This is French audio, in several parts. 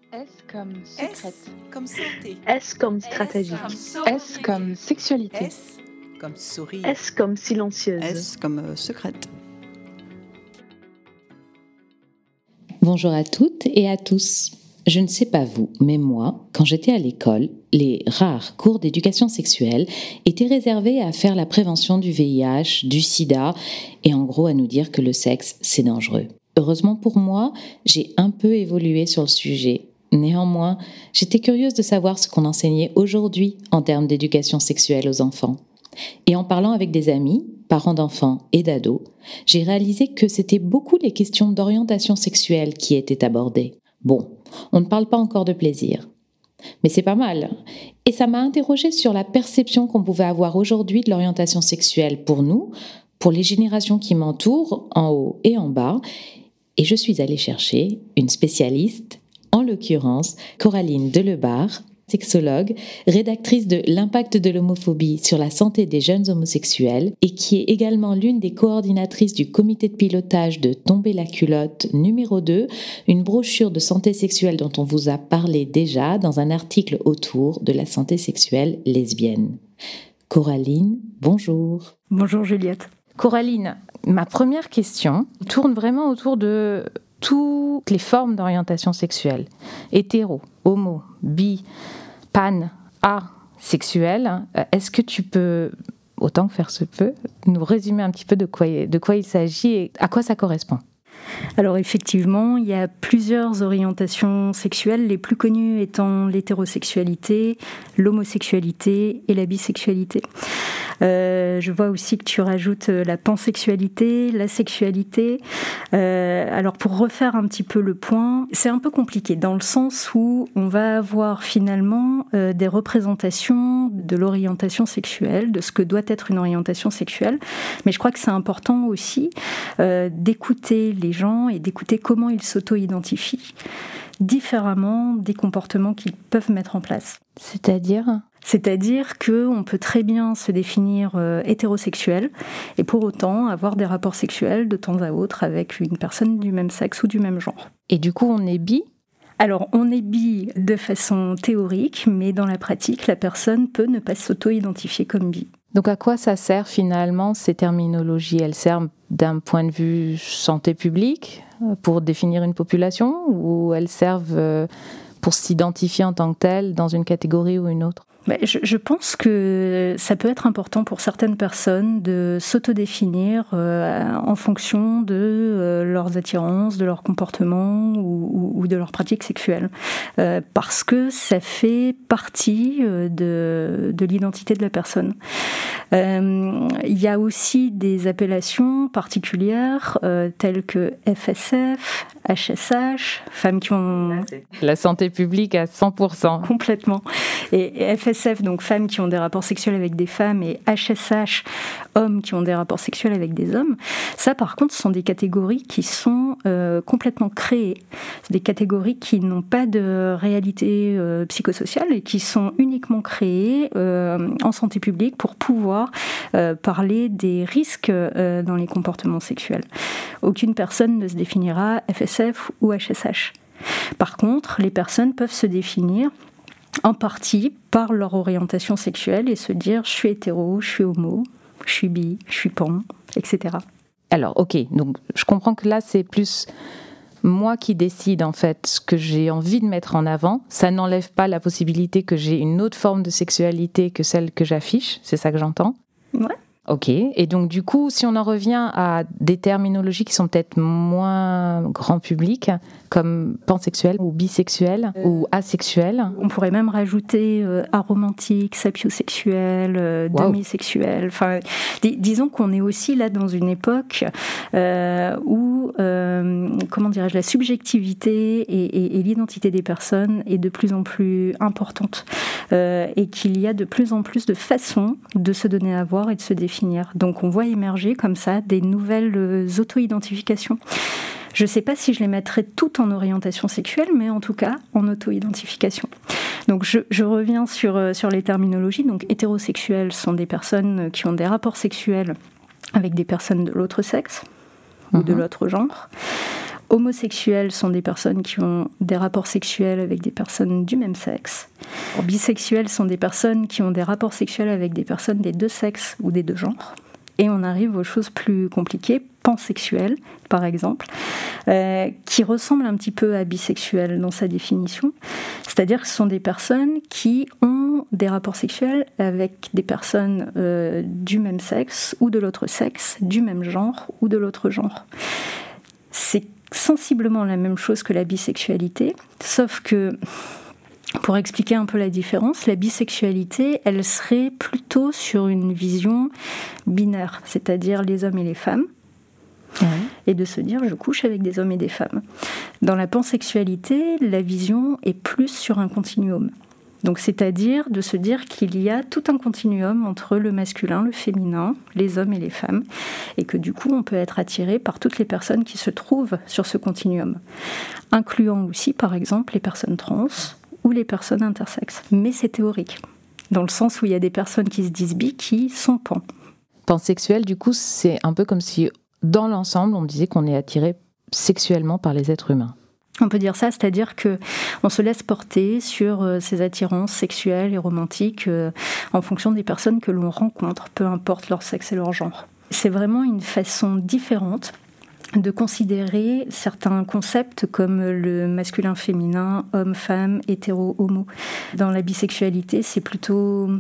S comme secrète. S comme santé. S comme stratégie. S comme sexualité. S comme sourire. S comme silencieuse. S comme secrète. Bonjour à toutes et à tous. Je ne sais pas vous, mais moi, quand j'étais à l'école, les rares cours d'éducation sexuelle étaient réservés à faire la prévention du VIH, du sida et en gros à nous dire que le sexe, c'est dangereux. Heureusement pour moi, j'ai un peu évolué sur le sujet. Néanmoins, j'étais curieuse de savoir ce qu'on enseignait aujourd'hui en termes d'éducation sexuelle aux enfants. Et en parlant avec des amis, parents d'enfants et d'ados, j'ai réalisé que c'était beaucoup les questions d'orientation sexuelle qui étaient abordées. Bon, on ne parle pas encore de plaisir, mais c'est pas mal. Et ça m'a interrogée sur la perception qu'on pouvait avoir aujourd'hui de l'orientation sexuelle pour nous, pour les générations qui m'entourent, en haut et en bas. Et je suis allée chercher une spécialiste, en l'occurrence Coraline Delebarre, sexologue, rédactrice de L'impact de l'homophobie sur la santé des jeunes homosexuels et qui est également l'une des coordinatrices du comité de pilotage de Tomber la culotte numéro 2, une brochure de santé sexuelle dont on vous a parlé déjà dans un article autour de la santé sexuelle lesbienne. Coraline, bonjour. Bonjour Juliette. Coraline, ma première question tourne vraiment autour de toutes les formes d'orientation sexuelle. Hétéro, homo, bi, pan, asexuel. Est-ce que tu peux, autant que faire se peut, nous résumer un petit peu de quoi il s'agit et à quoi ça correspond ? Alors effectivement, il y a plusieurs orientations sexuelles, les plus connues étant l'hétérosexualité, l'homosexualité et la bisexualité. Je vois aussi que tu rajoutes la pansexualité, la sexualité. Alors pour refaire un petit peu le point, c'est un peu compliqué dans le sens où on va avoir finalement des représentations de l'orientation sexuelle, de ce que doit être une orientation sexuelle. Mais je crois que c'est important aussi d'écouter les gens et d'écouter comment ils s'auto-identifient différemment des comportements qu'ils peuvent mettre en place. C'est-à-dire qu'on peut très bien se définir hétérosexuel et pour autant avoir des rapports sexuels de temps à autre avec une personne du même sexe ou du même genre. Et du coup, on est bi ? Alors, on est bi de façon théorique, mais dans la pratique, la personne peut ne pas s'auto-identifier comme bi. Donc à quoi ça sert finalement ces terminologies ? Elles servent d'un point de vue santé publique pour définir une population ou elles servent pour s'identifier en tant que telle dans une catégorie ou une autre ? Je pense que ça peut être important pour certaines personnes de s'autodéfinir en fonction de leurs attirances, de leur comportement ou de leurs pratiques sexuelles. Parce que ça fait partie de l'identité de la personne. Il y a aussi des appellations particulières telles que FSF, HSH, femmes qui ont... La santé publique à 100%. Complètement. Et FSF, donc femmes qui ont des rapports sexuels avec des femmes, et HSH, hommes qui ont des rapports sexuels avec des hommes. Ça, par contre, ce sont des catégories qui sont complètement créées. C'est des catégories qui n'ont pas de réalité psychosociale et qui sont uniquement créées en santé publique pour pouvoir parler des risques dans les comportements sexuels. Aucune personne ne se définira FSF ou HSH. Par contre, les personnes peuvent se définir en partie par leur orientation sexuelle et se dire je suis hétéro, je suis homo, je suis bi, je suis pan, etc. Alors, ok, donc je comprends que là c'est plus moi qui décide en fait ce que j'ai envie de mettre en avant. Ça n'enlève pas la possibilité que j'ai une autre forme de sexualité que celle que j'affiche, c'est ça que j'entends ? Ouais. Ok, et donc du coup, si on en revient à des terminologies qui sont peut-être moins grand public, comme pansexuel ou bisexuel ou asexuel. On pourrait même rajouter aromantique, sapiosexuel, demisexuel. Enfin, disons qu'on est aussi là dans une époque où, comment dirais-je, la subjectivité et l'identité des personnes est de plus en plus importante et qu'il y a de plus en plus de façons de se donner à voir et de se définir. Donc on voit émerger comme ça des nouvelles auto-identifications. Je ne sais pas si je les mettrais toutes en orientation sexuelle, mais en tout cas en auto-identification. Donc je reviens sur les terminologies. Donc hétérosexuels sont des personnes qui ont des rapports sexuels avec des personnes de l'autre sexe ou de l'autre genre. Homosexuels sont des personnes qui ont des rapports sexuels avec des personnes du même sexe. Bisexuels sont des personnes qui ont des rapports sexuels avec des personnes des deux sexes ou des deux genres. Et on arrive aux choses plus compliquées, pansexuels par exemple, qui ressemblent un petit peu à bisexuels dans sa définition. C'est-à-dire que ce sont des personnes qui ont des rapports sexuels avec des personnes du même sexe ou de l'autre sexe, du même genre ou de l'autre genre. C'est sensiblement la même chose que la bisexualité, sauf que, pour expliquer un peu la différence, la bisexualité, elle serait plutôt sur une vision binaire, c'est-à-dire les hommes et les femmes, et de se dire je couche avec des hommes et des femmes. Dans la pansexualité, la vision est plus sur un continuum. Donc, c'est-à-dire de se dire qu'il y a tout un continuum entre le masculin, le féminin, les hommes et les femmes, et que du coup, on peut être attiré par toutes les personnes qui se trouvent sur ce continuum, incluant aussi, par exemple, les personnes trans ou les personnes intersexes. Mais c'est théorique, dans le sens où il y a des personnes qui se disent bi, qui sont pan. Pansexuel, du coup, c'est un peu comme si, dans l'ensemble, on disait qu'on est attiré sexuellement par les êtres humains. On peut dire ça, c'est-à-dire qu'on se laisse porter sur ces attirances sexuelles et romantiques en fonction des personnes que l'on rencontre, peu importe leur sexe et leur genre. C'est vraiment une façon différente de considérer certains concepts comme le masculin-féminin, homme-femme, hétéro-homo. Dans la bisexualité, c'est plutôt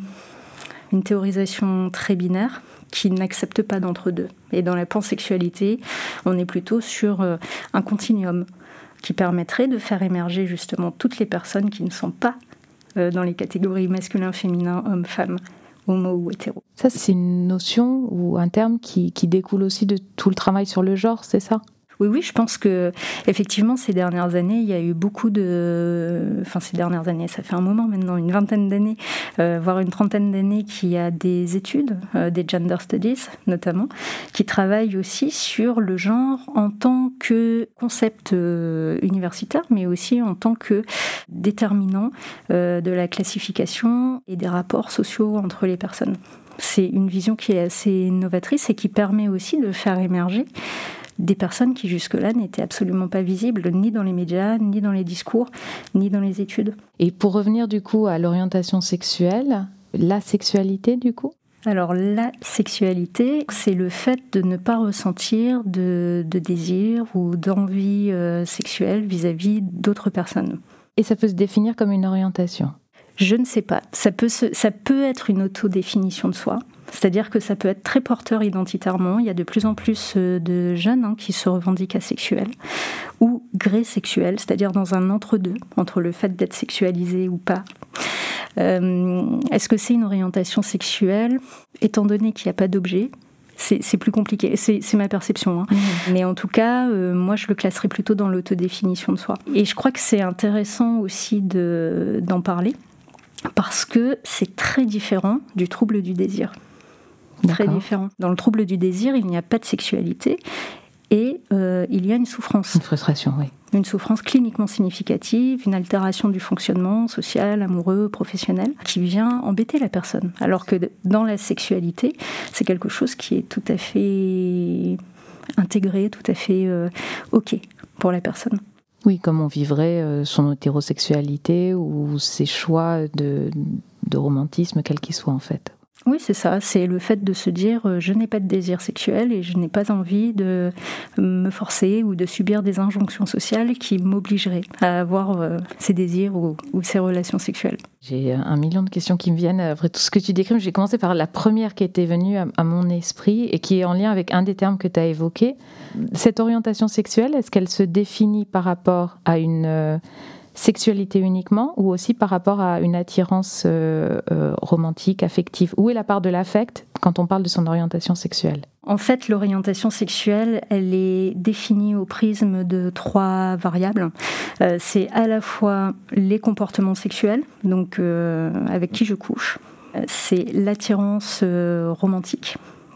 une théorisation très binaire qui n'accepte pas d'entre-deux. Et dans la pansexualité, on est plutôt sur un continuum qui permettrait de faire émerger justement toutes les personnes qui ne sont pas dans les catégories masculin, féminin, homme, femme, homo ou hétéro. Ça, c'est une notion ou un terme qui découle aussi de tout le travail sur le genre, c'est ça ? Oui, je pense que effectivement ces dernières années, il y a eu beaucoup de... Enfin, ces dernières années, ça fait un moment maintenant, une vingtaine d'années, voire une trentaine d'années, qu'il y a des études, des gender studies notamment, qui travaillent aussi sur le genre en tant que concept universitaire, mais aussi en tant que déterminant de la classification et des rapports sociaux entre les personnes. C'est une vision qui est assez novatrice et qui permet aussi de faire émerger des personnes qui jusque-là n'étaient absolument pas visibles, ni dans les médias, ni dans les discours, ni dans les études. Et pour revenir du coup à l'orientation sexuelle, la sexualité du coup ? Alors la sexualité, c'est le fait de ne pas ressentir de désir ou d'envie sexuelle vis-à-vis d'autres personnes. Et ça peut se définir comme une orientation ? Je ne sais pas. Ça peut être une autodéfinition de soi. C'est-à-dire que ça peut être très porteur identitairement. Il y a de plus en plus de jeunes qui se revendiquent asexuels ou gré-sexuels, c'est-à-dire dans un entre-deux, entre le fait d'être sexualisé ou pas. Est-ce que c'est une orientation sexuelle ? Étant donné qu'il n'y a pas d'objet, c'est plus compliqué. C'est ma perception. Mais en tout cas, moi, je le classerais plutôt dans l'autodéfinition de soi. Et je crois que c'est intéressant aussi d'en parler parce que c'est très différent du trouble du désir. Très différent. Dans le trouble du désir, il n'y a pas de sexualité et il y a une souffrance. Une frustration, oui. Une souffrance cliniquement significative, une altération du fonctionnement social, amoureux, professionnel, qui vient embêter la personne. Alors que dans la sexualité, c'est quelque chose qui est tout à fait intégré, tout à fait OK pour la personne. Oui, comme on vivrait son hétérosexualité ou ses choix de romantisme, quel qu'il soit en fait. Oui, c'est ça. C'est le fait de se dire je n'ai pas de désir sexuel et je n'ai pas envie de me forcer ou de subir des injonctions sociales qui m'obligeraient à avoir ces désirs ou ces relations sexuelles. J'ai 1 million de questions qui me viennent après tout ce que tu décris. J'ai commencé par la première qui était venue à mon esprit et qui est en lien avec un des termes que tu as évoqué. Cette orientation sexuelle, est-ce qu'elle se définit par rapport à une sexualité uniquement ou aussi par rapport à une attirance romantique, affective ? Où est la part de l'affect quand on parle de son orientation sexuelle ? En fait, l'orientation sexuelle, elle est définie au prisme de 3 variables. C'est à la fois les comportements sexuels, donc avec qui je couche. C'est l'attirance romantique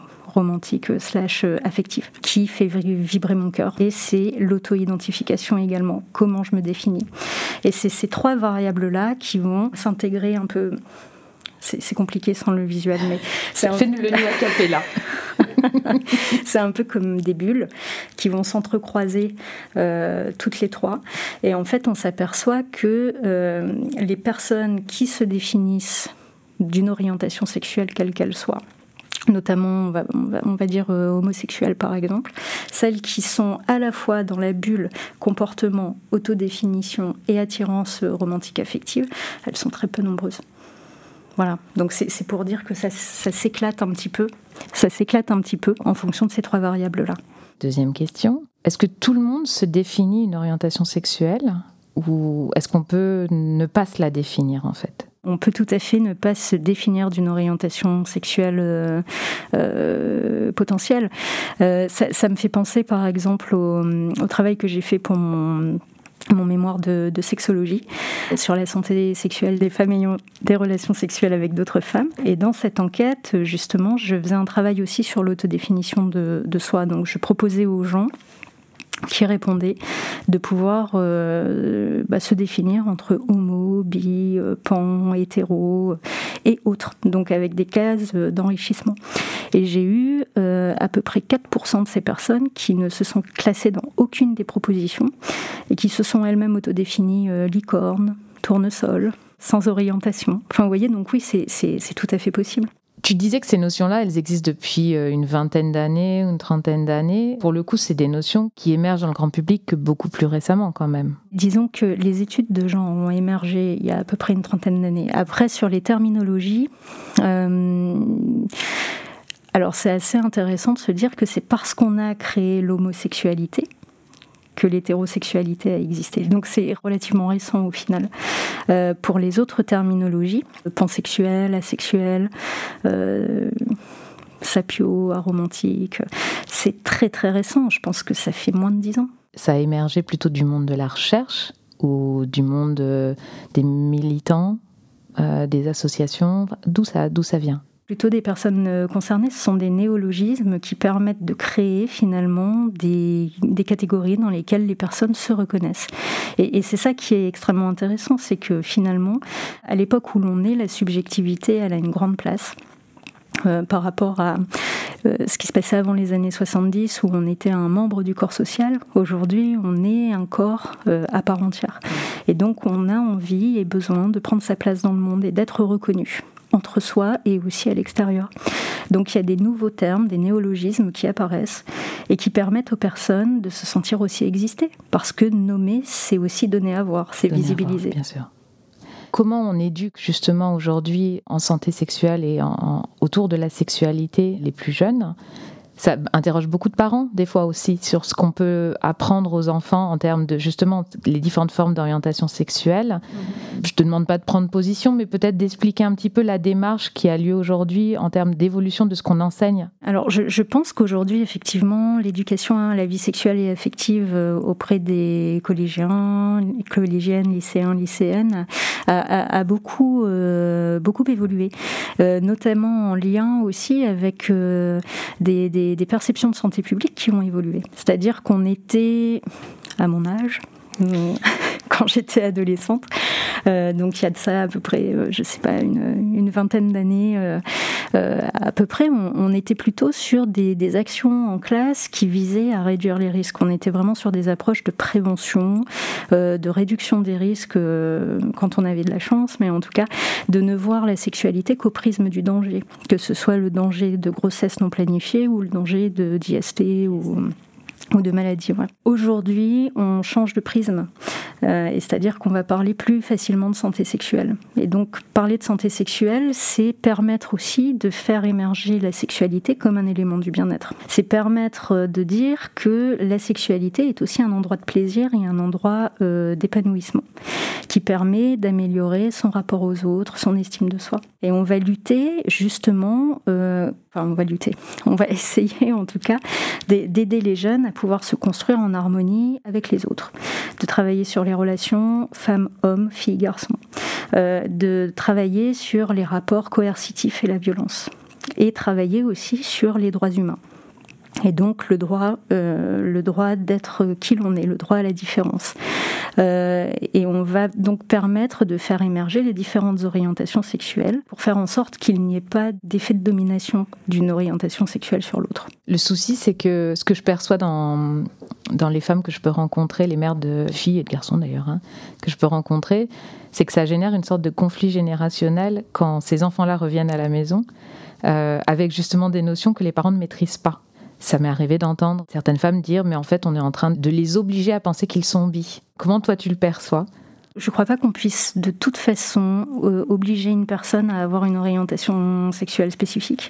/ affectif, qui fait vibrer mon cœur. Et c'est l'auto-identification également, comment je me définis. Et c'est ces 3 variables-là qui vont s'intégrer un peu... C'est compliqué sans le visuel, mais... Fais-nous le nous a cappella. C'est un peu comme des bulles qui vont s'entrecroiser toutes les trois. Et en fait, on s'aperçoit que les personnes qui se définissent d'une orientation sexuelle quelle qu'elle soit, notamment on va dire homosexuelles par exemple, celles qui sont à la fois dans la bulle comportement, autodéfinition et attirance romantique affective, elles sont très peu nombreuses. Voilà, donc c'est pour dire que ça s'éclate un petit peu. Ça s'éclate un petit peu en fonction de ces trois variables-là. Deuxième question, est-ce que tout le monde se définit une orientation sexuelle ou est-ce qu'on peut ne pas se la définir en fait ? On peut tout à fait ne pas se définir d'une orientation sexuelle potentielle. Ça me fait penser par exemple au travail que j'ai fait pour mon mémoire de sexologie sur la santé sexuelle des femmes ayant des relations sexuelles avec d'autres femmes. Et dans cette enquête, justement, je faisais un travail aussi sur l'autodéfinition de soi. Donc je proposais aux gens qui répondaient de pouvoir se définir entre homo, bi, pan, hétéro et autres, donc avec des cases d'enrichissement. Et j'ai eu à peu près 4% de ces personnes qui ne se sont classées dans aucune des propositions et qui se sont elles-mêmes autodéfinies licorne, tournesol, sans orientation. Enfin, vous voyez, donc oui, c'est tout à fait possible. Tu disais que ces notions-là, elles existent depuis une vingtaine d'années, une trentaine d'années. Pour le coup, c'est des notions qui émergent dans le grand public que beaucoup plus récemment quand même. Disons que les études de genre ont émergé il y a à peu près une trentaine d'années. Après, sur les terminologies, alors c'est assez intéressant de se dire que c'est parce qu'on a créé l'homosexualité que l'hétérosexualité a existé. Donc c'est relativement récent au final. Pour les autres terminologies, pansexuel, asexuel, sapio, aromantique, c'est très très récent. Je pense que ça fait moins de 10 ans. Ça a émergé plutôt du monde de la recherche ou du monde des militants, des associations. D'où ça vient ? Plutôt des personnes concernées, ce sont des néologismes qui permettent de créer finalement des catégories dans lesquelles les personnes se reconnaissent. Et c'est ça qui est extrêmement intéressant, c'est que finalement, à l'époque où l'on est, la subjectivité, elle a une grande place. Par rapport à ce qui se passait avant les années 70 où on était un membre du corps social. Aujourd'hui, on est un corps à part entière. Et donc, on a envie et besoin de prendre sa place dans le monde et d'être reconnu entre soi et aussi à l'extérieur. Donc, il y a des nouveaux termes, des néologismes qui apparaissent et qui permettent aux personnes de se sentir aussi exister. Parce que nommer, c'est aussi donner à voir, c'est visibiliser. Bien sûr. Comment on éduque justement aujourd'hui en santé sexuelle et autour de la sexualité les plus jeunes ? Ça interroge beaucoup de parents, des fois aussi, sur ce qu'on peut apprendre aux enfants en termes de, justement, les différentes formes d'orientation sexuelle. Je ne te demande pas de prendre position, mais peut-être d'expliquer un petit peu la démarche qui a lieu aujourd'hui en termes d'évolution de ce qu'on enseigne. Alors, je pense qu'aujourd'hui, effectivement, l'éducation à la vie sexuelle et affective auprès des collégiennes, lycéens, lycéennes, a beaucoup évolué, notamment en lien aussi avec des perceptions de santé publique qui ont évolué. C'est-à-dire qu'on était, à mon âge, quand j'étais adolescente, donc il y a de ça à peu près, je sais pas, une vingtaine d'années à peu près, on était plutôt sur des actions en classe qui visaient à réduire les risques. On était vraiment sur des approches de prévention, de réduction des risques quand on avait de la chance, mais en tout cas de ne voir la sexualité qu'au prisme du danger, que ce soit le danger de grossesse non planifiée ou le danger d'IST ou de maladie. Ouais. Aujourd'hui, on change de prisme, et c'est-à-dire qu'on va parler plus facilement de santé sexuelle. Et donc, parler de santé sexuelle, c'est permettre aussi de faire émerger la sexualité comme un élément du bien-être. C'est permettre de dire que la sexualité est aussi un endroit de plaisir et un endroit d'épanouissement, qui permet d'améliorer son rapport aux autres, son estime de soi. Et on va lutter justement, on va essayer en tout cas d'aider les jeunes à pouvoir se construire en harmonie avec les autres, de travailler sur les relations femmes-hommes, filles-garçons, de travailler sur les rapports coercitifs et la violence, et travailler aussi sur les droits humains. Et donc le droit d'être qui l'on est, le droit à la différence, Et on va donc permettre de faire émerger les différentes orientations sexuelles pour faire en sorte qu'il n'y ait pas d'effet de domination d'une orientation sexuelle sur l'autre. Le souci, c'est que ce que je perçois dans les femmes que je peux rencontrer, les mères de filles et de garçons d'ailleurs, que je peux rencontrer, c'est que ça génère une sorte de conflit générationnel quand ces enfants-là reviennent à la maison avec justement des notions que les parents ne maîtrisent pas. Ça m'est arrivé d'entendre certaines femmes dire « mais en fait, on est en train de les obliger à penser qu'ils sont bi ». Comment toi, tu le perçois ? Je ne crois pas qu'on puisse de toute façon obliger une personne à avoir une orientation sexuelle spécifique,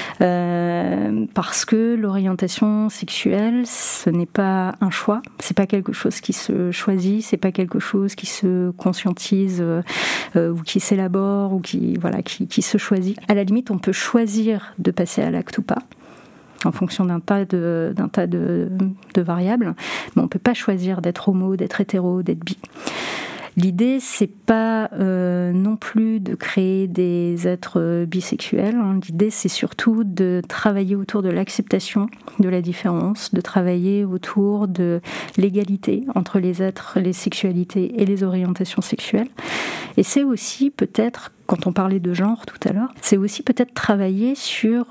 parce que l'orientation sexuelle, ce n'est pas un choix, c'est pas quelque chose qui se choisit, c'est pas quelque chose qui se conscientise ou qui s'élabore ou qui se choisit. À la limite, on peut choisir de passer à l'acte ou pas, en fonction d'un tas de variables, mais on ne peut pas choisir d'être homo, d'être hétéro, d'être bi. L'idée, c'est pas non plus de créer des êtres bisexuels. L'idée, c'est surtout de travailler autour de l'acceptation de la différence, de travailler autour de l'égalité entre les êtres, les sexualités et les orientations sexuelles. Et c'est aussi peut-être, quand on parlait de genre tout à l'heure, c'est aussi peut-être travailler sur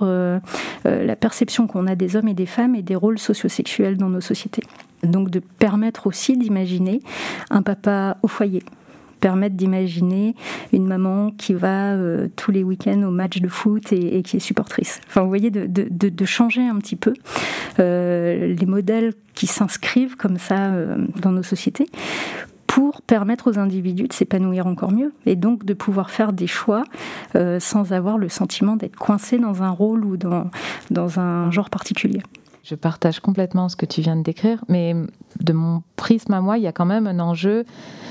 la perception qu'on a des hommes et des femmes et des rôles sociosexuels dans nos sociétés. Donc de permettre aussi d'imaginer un papa au foyer, permettre d'imaginer une maman qui va tous les week-ends au match de foot et qui est supportrice. Enfin, vous voyez, de changer un petit peu les modèles qui s'inscrivent comme ça dans nos sociétés pour permettre aux individus de s'épanouir encore mieux et donc de pouvoir faire des choix sans avoir le sentiment d'être coincé dans un rôle ou dans un genre particulier. Je partage complètement ce que tu viens de décrire, mais de mon prisme à moi, il y a quand même un enjeu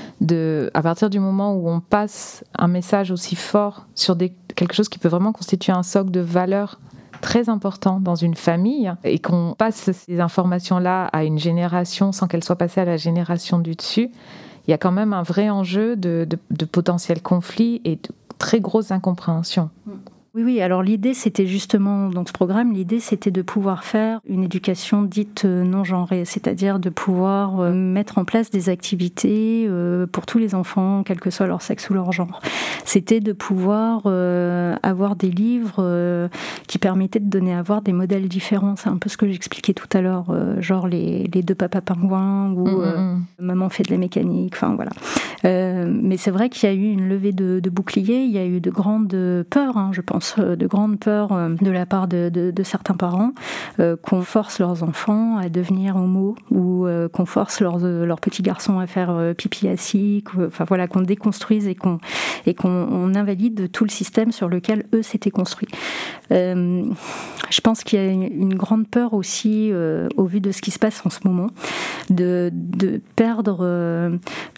à partir du moment où on passe un message aussi fort sur quelque chose qui peut vraiment constituer un socle de valeurs très important dans une famille et qu'on passe ces informations-là à une génération sans qu'elles soient passées à la génération du dessus, il y a quand même un vrai enjeu de potentiel conflit et de très grosse incompréhension. Oui, alors l'idée c'était justement, dans ce programme, l'idée c'était de pouvoir faire une éducation dite non genrée, c'est-à-dire de pouvoir mettre en place des activités pour tous les enfants, quel que soit leur sexe ou leur genre. C'était de pouvoir avoir des livres qui permettaient de donner à voir des modèles différents, c'est un peu ce que j'expliquais tout à l'heure, genre les deux papas pingouins ou maman fait de la mécanique, enfin voilà. Mais c'est vrai qu'il y a eu une levée de boucliers, il y a eu de grandes peurs, je pense, de grandes peurs de la part de certains parents qu'on force leurs enfants à devenir homo ou qu'on force leurs petits garçons à faire pipi assis, enfin voilà, qu'on déconstruise et qu'on invalide tout le système sur lequel eux s'étaient construits. Je pense qu'il y a une grande peur aussi au vu de ce qui se passe en ce moment de perdre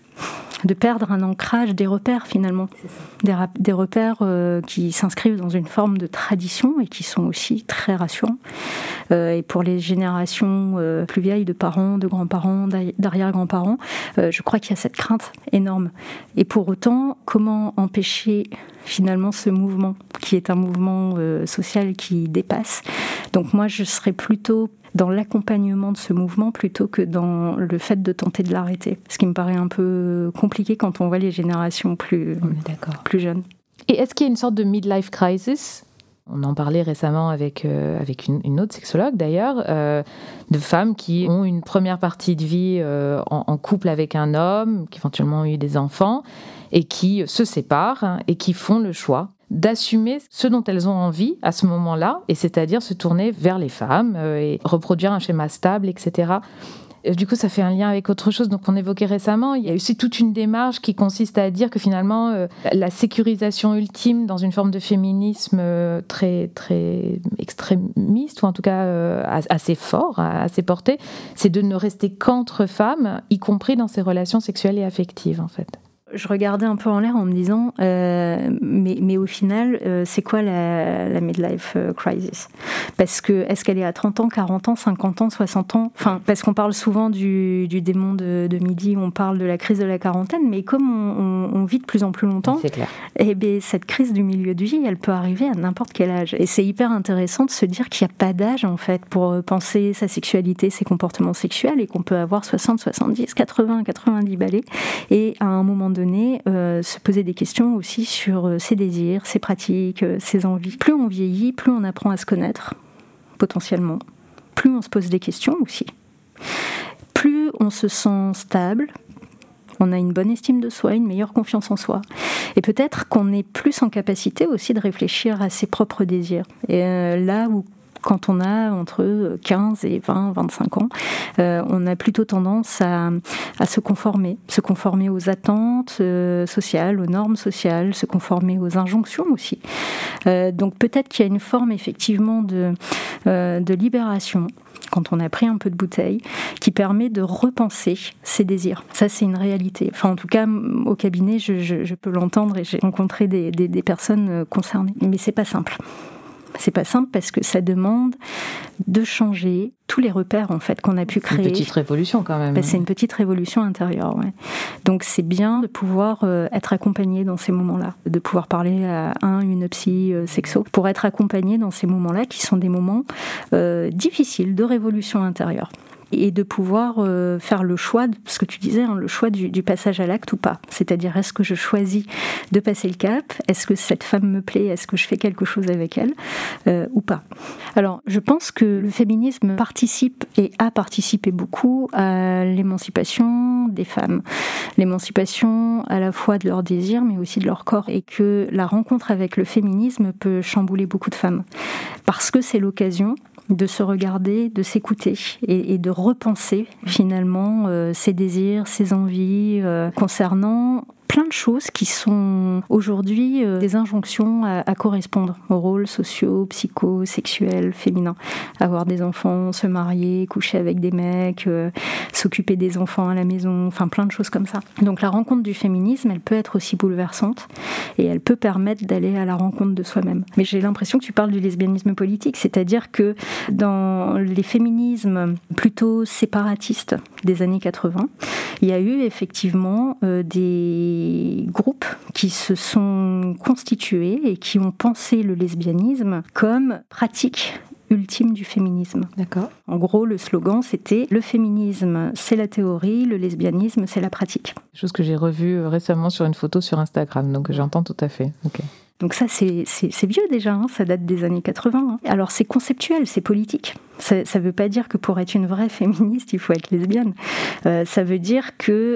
un ancrage, des repères finalement, des repères qui s'inscrivent dans une forme de tradition et qui sont aussi très rassurants. Et pour les générations plus vieilles de parents, de grands-parents, d'arrière-grands-parents, je crois qu'il y a cette crainte énorme. Et pour autant, comment empêcher finalement ce mouvement qui est un mouvement social qui dépasse ? Donc moi, je serais plutôt dans l'accompagnement de ce mouvement plutôt que dans le fait de tenter de l'arrêter. Ce qui me paraît un peu compliqué quand on voit les générations plus jeunes. Et est-ce qu'il y a une sorte de midlife crisis ? On en parlait récemment avec une autre sexologue d'ailleurs, de femmes qui ont une première partie de vie en couple avec un homme, qui éventuellement ont eu des enfants, et qui se séparent et qui font le choix d'assumer ce dont elles ont envie à ce moment-là, et c'est-à-dire se tourner vers les femmes et reproduire un schéma stable, etc. Et du coup, ça fait un lien avec autre chose. Donc, on évoquait récemment, il y a aussi toute une démarche qui consiste à dire que finalement, la sécurisation ultime dans une forme de féminisme très, très extrémiste, ou en tout cas assez fort, assez porté, c'est de ne rester qu'entre femmes, y compris dans ses relations sexuelles et affectives, en fait. Je regardais un peu en l'air en me disant, mais au final, c'est quoi la midlife crisis ? Parce que, est-ce qu'elle est à 30 ans, 40 ans, 50 ans, 60 ans ? Enfin, parce qu'on parle souvent du démon de midi, on parle de la crise de la quarantaine, mais comme on vit de plus en plus longtemps, c'est clair. Eh bien, cette crise du milieu de vie, elle peut arriver à n'importe quel âge. Et c'est hyper intéressant de se dire qu'il n'y a pas d'âge, en fait, pour penser sa sexualité, ses comportements sexuels, et qu'on peut avoir 60, 70, 80, 90 balais, et à un moment donné, se poser des questions aussi sur ses désirs, ses pratiques, ses envies. Plus on vieillit, plus on apprend à se connaître, potentiellement. Plus on se pose des questions aussi. Plus on se sent stable, on a une bonne estime de soi, une meilleure confiance en soi. Et peut-être qu'on est plus en capacité aussi de réfléchir à ses propres désirs. Et là où, quand on a entre 15 et 20, 25 ans, on a plutôt tendance à se conformer aux attentes sociales, aux normes sociales, se conformer aux injonctions aussi. Donc peut-être qu'il y a une forme effectivement de libération, quand on a pris un peu de bouteille, qui permet de repenser ses désirs. Ça, c'est une réalité. Enfin, en tout cas, au cabinet, je peux l'entendre et j'ai rencontré des personnes concernées. Mais c'est pas simple. C'est pas simple parce que ça demande de changer tous les repères en fait qu'on a pu créer. Une petite révolution quand même. C'est une petite révolution intérieure. Ouais. Donc c'est bien de pouvoir être accompagné dans ces moments-là, de pouvoir parler à une psy sexo pour être accompagné dans ces moments-là qui sont des moments difficiles de révolution intérieure. Et de pouvoir faire le choix, ce que tu disais, le choix du passage à l'acte ou pas. C'est-à-dire, est-ce que je choisis de passer le cap ? Est-ce que cette femme me plaît ? Est-ce que je fais quelque chose avec elle ou pas ? Alors, je pense que le féminisme participe et a participé beaucoup à l'émancipation des femmes. L'émancipation à la fois de leurs désirs, mais aussi de leur corps. Et que la rencontre avec le féminisme peut chambouler beaucoup de femmes. Parce que c'est l'occasion de se regarder, de s'écouter et de repenser finalement ses désirs, ses envies concernant plein de choses qui sont aujourd'hui des injonctions à correspondre aux rôles sociaux, psycho, sexuels, féminins. Avoir des enfants, se marier, coucher avec des mecs, s'occuper des enfants à la maison, enfin plein de choses comme ça. Donc la rencontre du féminisme, elle peut être aussi bouleversante et elle peut permettre d'aller à la rencontre de soi-même. Mais j'ai l'impression que tu parles du lesbianisme politique, c'est-à-dire que dans les féminismes plutôt séparatistes des années 80, il y a eu effectivement des groupes qui se sont constitués et qui ont pensé le lesbianisme comme pratique ultime du féminisme. D'accord. En gros, le slogan, c'était « Le féminisme, c'est la théorie, le lesbianisme, c'est la pratique ». Chose que j'ai revue récemment sur une photo sur Instagram, donc j'entends tout à fait. Okay. Donc ça, c'est vieux déjà, hein, ça date des années 80. Hein. Alors c'est conceptuel, c'est politique. Ça ne veut pas dire que pour être une vraie féministe, il faut être lesbienne. Ça veut dire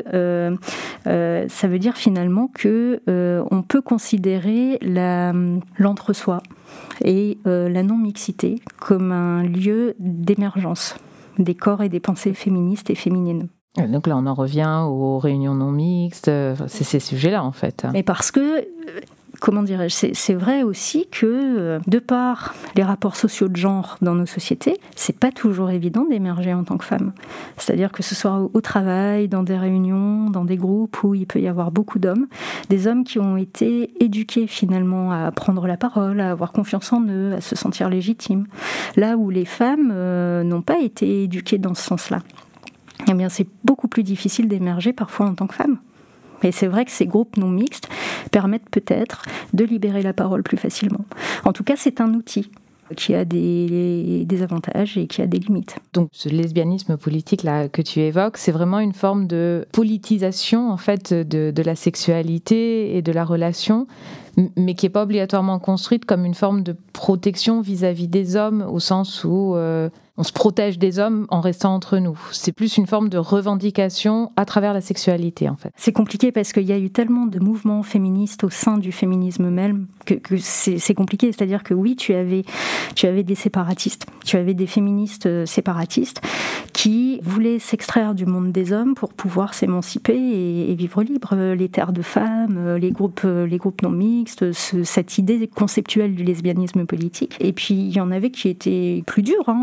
finalement que on peut considérer l'entre-soi et la non-mixité comme un lieu d'émergence des corps et des pensées féministes et féminines. Donc là, on en revient aux réunions non mixtes, c'est ces sujets-là en fait. Mais parce que... Comment dirais-je, c'est vrai aussi que, de par les rapports sociaux de genre dans nos sociétés, c'est pas toujours évident d'émerger en tant que femme. C'est-à-dire que ce soit au travail, dans des réunions, dans des groupes où il peut y avoir beaucoup d'hommes, des hommes qui ont été éduqués finalement à prendre la parole, à avoir confiance en eux, à se sentir légitimes. Là où les femmes n'ont pas été éduquées dans ce sens-là. Eh bien, c'est beaucoup plus difficile d'émerger parfois en tant que femme. Et c'est vrai que ces groupes non mixtes permettent peut-être de libérer la parole plus facilement. En tout cas, c'est un outil qui a des avantages et qui a des limites. Donc ce lesbianisme politique là que tu évoques, c'est vraiment une forme de politisation en fait de la sexualité et de la relation, mais qui n'est pas obligatoirement construite comme une forme de protection vis-à-vis des hommes, au sens où on se protège des hommes en restant entre nous. C'est plus une forme de revendication à travers la sexualité, en fait. C'est compliqué parce qu'il y a eu tellement de mouvements féministes au sein du féminisme même que c'est compliqué. C'est-à-dire que oui, tu avais des séparatistes, tu avais des féministes séparatistes qui voulaient s'extraire du monde des hommes pour pouvoir s'émanciper et vivre libre. Les terres de femmes, les groupes non mixtes, cette idée conceptuelle du lesbianisme politique. Et puis, il y en avait qui étaient plus durs, hein.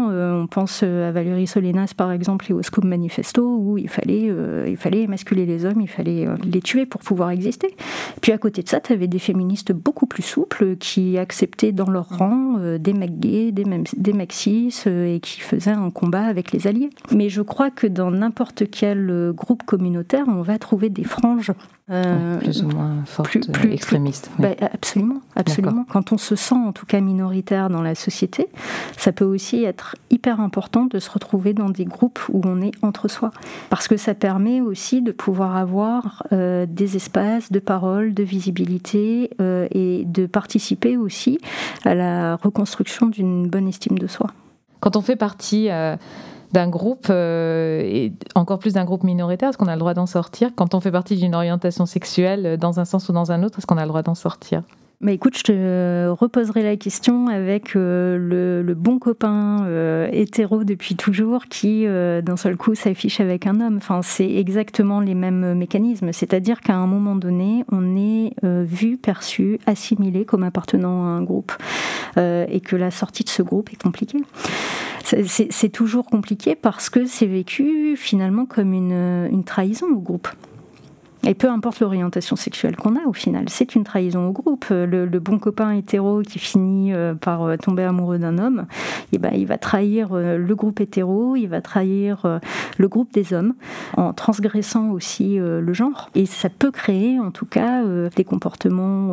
on pense à Valérie Solanas par exemple et au Scum Manifesto où il fallait émasculer les hommes, il fallait les tuer pour pouvoir exister. Puis à côté de ça, tu avais des féministes beaucoup plus souples qui acceptaient dans leur rang des mecs gays, des mecs cis et qui faisaient un combat avec les alliés. Mais je crois que dans n'importe quel groupe communautaire, on va trouver des franges plus ou moins fortes, extrémistes. Oui. Absolument. D'accord. Quand on se sent en tout cas minoritaire dans la société, ça peut aussi être hyper important de se retrouver dans des groupes où on est entre soi. Parce que ça permet aussi de pouvoir avoir des espaces de parole, de visibilité et de participer aussi à la reconstruction d'une bonne estime de soi. Quand on fait partie d'un groupe, et encore plus d'un groupe minoritaire, est-ce qu'on a le droit d'en sortir? Quand on fait partie d'une orientation sexuelle, dans un sens ou dans un autre, est-ce qu'on a le droit d'en sortir? Bah écoute, je te reposerai la question avec le bon copain hétéro depuis toujours qui, d'un seul coup, s'affiche avec un homme. Enfin, c'est exactement les mêmes mécanismes. C'est-à-dire qu'à un moment donné, on est vu, perçu, assimilé comme appartenant à un groupe. Et que la sortie de ce groupe est compliquée. C'est toujours compliqué parce que c'est vécu finalement comme une trahison au groupe. Et peu importe l'orientation sexuelle qu'on a au final, c'est une trahison au groupe. Le bon copain hétéro qui finit par tomber amoureux d'un homme, et ben, il va trahir le groupe hétéro, il va trahir le groupe des hommes en transgressant aussi le genre. Et ça peut créer en tout cas des comportements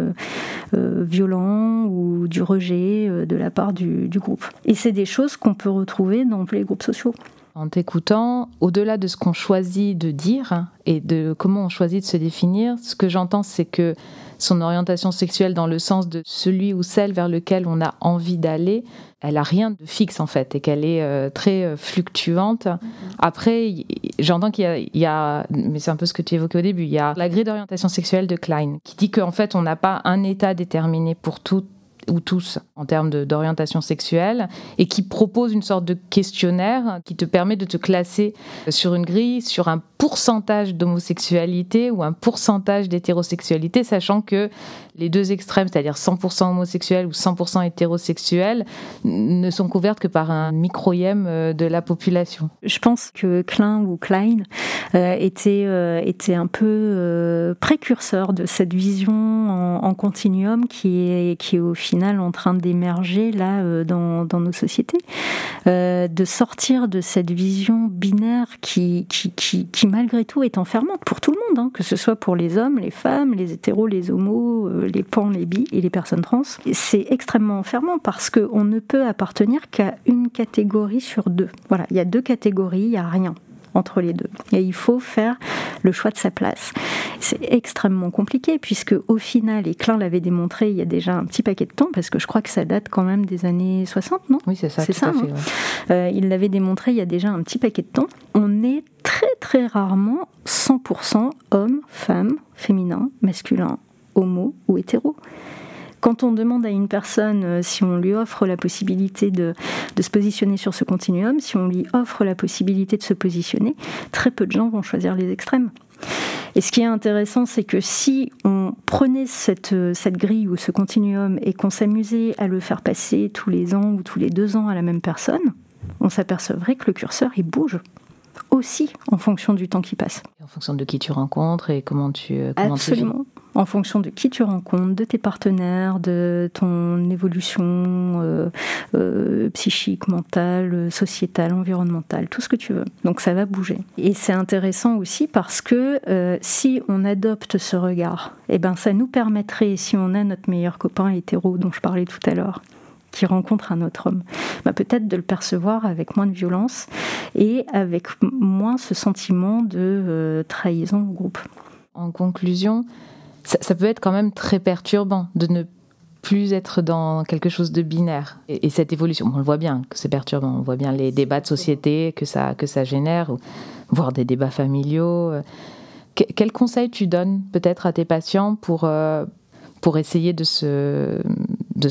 violents ou du rejet de la part du groupe. Et c'est des choses qu'on peut retrouver dans tous les groupes sociaux. En t'écoutant, au-delà de ce qu'on choisit de dire et de comment on choisit de se définir, ce que j'entends, c'est que son orientation sexuelle dans le sens de celui ou celle vers lequel on a envie d'aller, elle n'a rien de fixe en fait et qu'elle est très fluctuante. Après, j'entends qu'il y a, mais c'est un peu ce que tu évoquais au début, il y a la grille d'orientation sexuelle de Klein qui dit qu'en fait on n'a pas un état déterminé pour tout ou tous en termes d'orientation sexuelle et qui propose une sorte de questionnaire qui te permet de te classer sur une grille, sur un pourcentage d'homosexualité ou un pourcentage d'hétérosexualité, sachant que les deux extrêmes, c'est-à-dire 100% homosexuels ou 100% hétérosexuels, ne sont couvertes que par un microïème de la population. Je pense que Klein était un peu précurseur de cette vision en continuum qui est au final en train d'émerger là dans nos sociétés, de sortir de cette vision binaire qui malgré tout est enfermante pour tout le monde, hein, que ce soit pour les hommes, les femmes, les hétéros, les homos, les pans, les bi et les personnes trans. C'est extrêmement enfermant parce qu'on ne peut appartenir qu'à une catégorie sur deux. Voilà, il y a deux catégories, il n'y a rien entre les deux. Et il faut faire le choix de sa place. C'est extrêmement compliqué puisque au final, et Klein l'avait démontré il y a déjà un petit paquet de temps, parce que je crois que ça date quand même des années 60, non ? Oui, c'est ça, tout à fait. Ouais. Il l'avait démontré il y a déjà un petit paquet de temps. On est très très rarement 100% hommes, femmes, féminins, masculins, homo ou hétéro. Quand on demande à une personne si on lui offre la possibilité de se positionner sur ce continuum, si on lui offre la possibilité de se positionner, très peu de gens vont choisir les extrêmes. Et ce qui est intéressant, c'est que si on prenait cette grille ou ce continuum et qu'on s'amusait à le faire passer tous les ans ou tous les 2 ans à la même personne, on s'apercevrait que le curseur, il bouge aussi en fonction du temps qui passe. En fonction de qui tu rencontres et comment tu Absolument. En fonction de qui tu rencontres, de tes partenaires, de ton évolution psychique, mentale, sociétale, environnementale, tout ce que tu veux. Donc ça va bouger. Et c'est intéressant aussi parce que si on adopte ce regard, eh ben, ça nous permettrait, si on a notre meilleur copain hétéro dont je parlais tout à l'heure, qui rencontre un autre homme, bah peut-être de le percevoir avec moins de violence et avec moins ce sentiment de trahison au groupe. En conclusion, ça peut être quand même très perturbant de ne plus être dans quelque chose de binaire. Et cette évolution, on le voit bien que c'est perturbant, on voit bien les débats de société que ça génère, voire des débats familiaux. Quel conseil tu donnes peut-être à tes patients pour essayer de se rassurer ?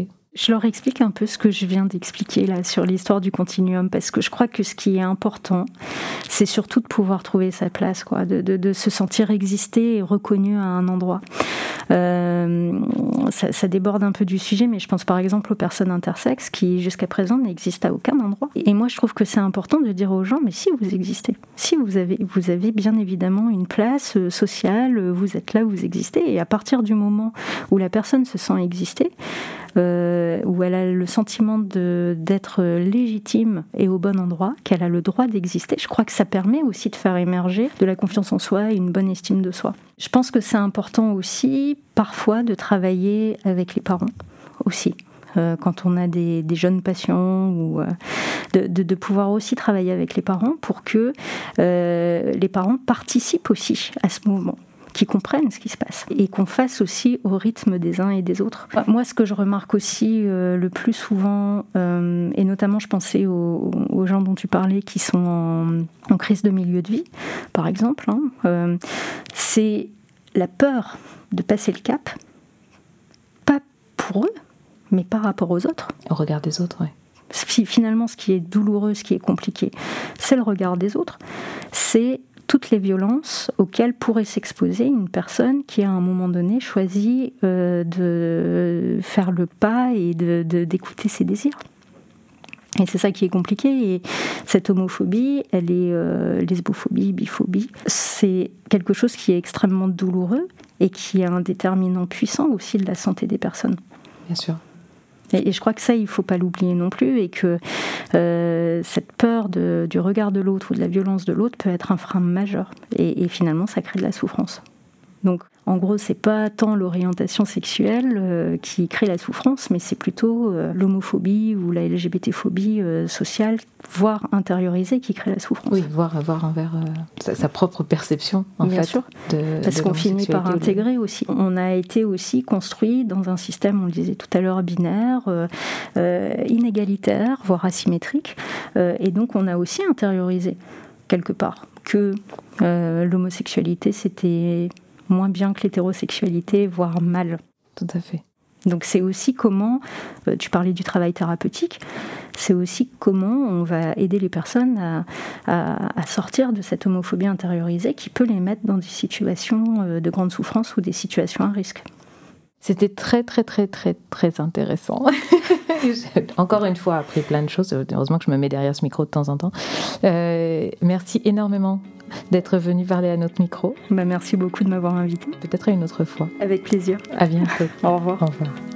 Je leur explique un peu ce que je viens d'expliquer là sur l'histoire du continuum, parce que je crois que ce qui est important, c'est surtout de pouvoir trouver sa place, quoi, de se sentir exister et reconnu à un endroit. Ça déborde un peu du sujet, mais je pense par exemple aux personnes intersexes qui jusqu'à présent n'existent à aucun endroit. Et moi je trouve que c'est important de dire aux gens, mais si vous existez, si vous avez bien évidemment une place sociale, vous êtes là, vous existez, et à partir du moment où la personne se sent exister, où elle a le sentiment d'être légitime et au bon endroit, qu'elle a le droit d'exister, je crois que ça permet aussi de faire émerger de la confiance en soi et une bonne estime de soi. Je pense que c'est important aussi parfois de travailler avec les parents aussi. Quand on a des jeunes patients, ou de pouvoir aussi travailler avec les parents pour que les parents participent aussi à ce mouvement, qui comprennent ce qui se passe et qu'on fasse aussi au rythme des uns et des autres. Moi, ce que je remarque aussi le plus souvent, et notamment je pensais aux gens dont tu parlais qui sont en crise de milieu de vie, par exemple, c'est la peur de passer le cap, pas pour eux, mais par rapport aux autres. Au regard des autres, oui. Finalement, ce qui est douloureux, ce qui est compliqué, c'est le regard des autres. C'est toutes les violences auxquelles pourrait s'exposer une personne qui, à un moment donné, choisit de faire le pas et d'écouter ses désirs. Et c'est ça qui est compliqué. Et cette homophobie, elle est lesbophobie, biphobie. C'est quelque chose qui est extrêmement douloureux et qui est un déterminant puissant aussi de la santé des personnes. Bien sûr. Et je crois que ça, il ne faut pas l'oublier non plus, et que cette peur du regard de l'autre ou de la violence de l'autre peut être un frein majeur. Et finalement, ça crée de la souffrance. Donc, en gros, c'est pas tant l'orientation sexuelle qui crée la souffrance, mais c'est plutôt l'homophobie ou la LGBT-phobie sociale, voire intériorisée, qui crée la souffrance. Oui, voire avoir envers sa propre perception, en Bien fait. sûr, parce qu'on finit par intégrer aussi. On a été aussi construit dans un système, on le disait tout à l'heure, binaire, inégalitaire, voire asymétrique, et donc on a aussi intériorisé, quelque part, que l'homosexualité, c'était moins bien que l'hétérosexualité, voire mal. Tout à fait. Donc c'est aussi comment, tu parlais du travail thérapeutique, c'est aussi comment on va aider les personnes à sortir de cette homophobie intériorisée qui peut les mettre dans des situations de grande souffrance ou des situations à risque. C'était très, très, très, très, très intéressant. J'ai encore une fois appris plein de choses. Heureusement que je me mets derrière ce micro de temps en temps. Merci énormément d'être venu parler à notre micro. Merci beaucoup de m'avoir invitée. Peut-être à une autre fois. Avec plaisir. À bientôt. Au revoir. Au revoir.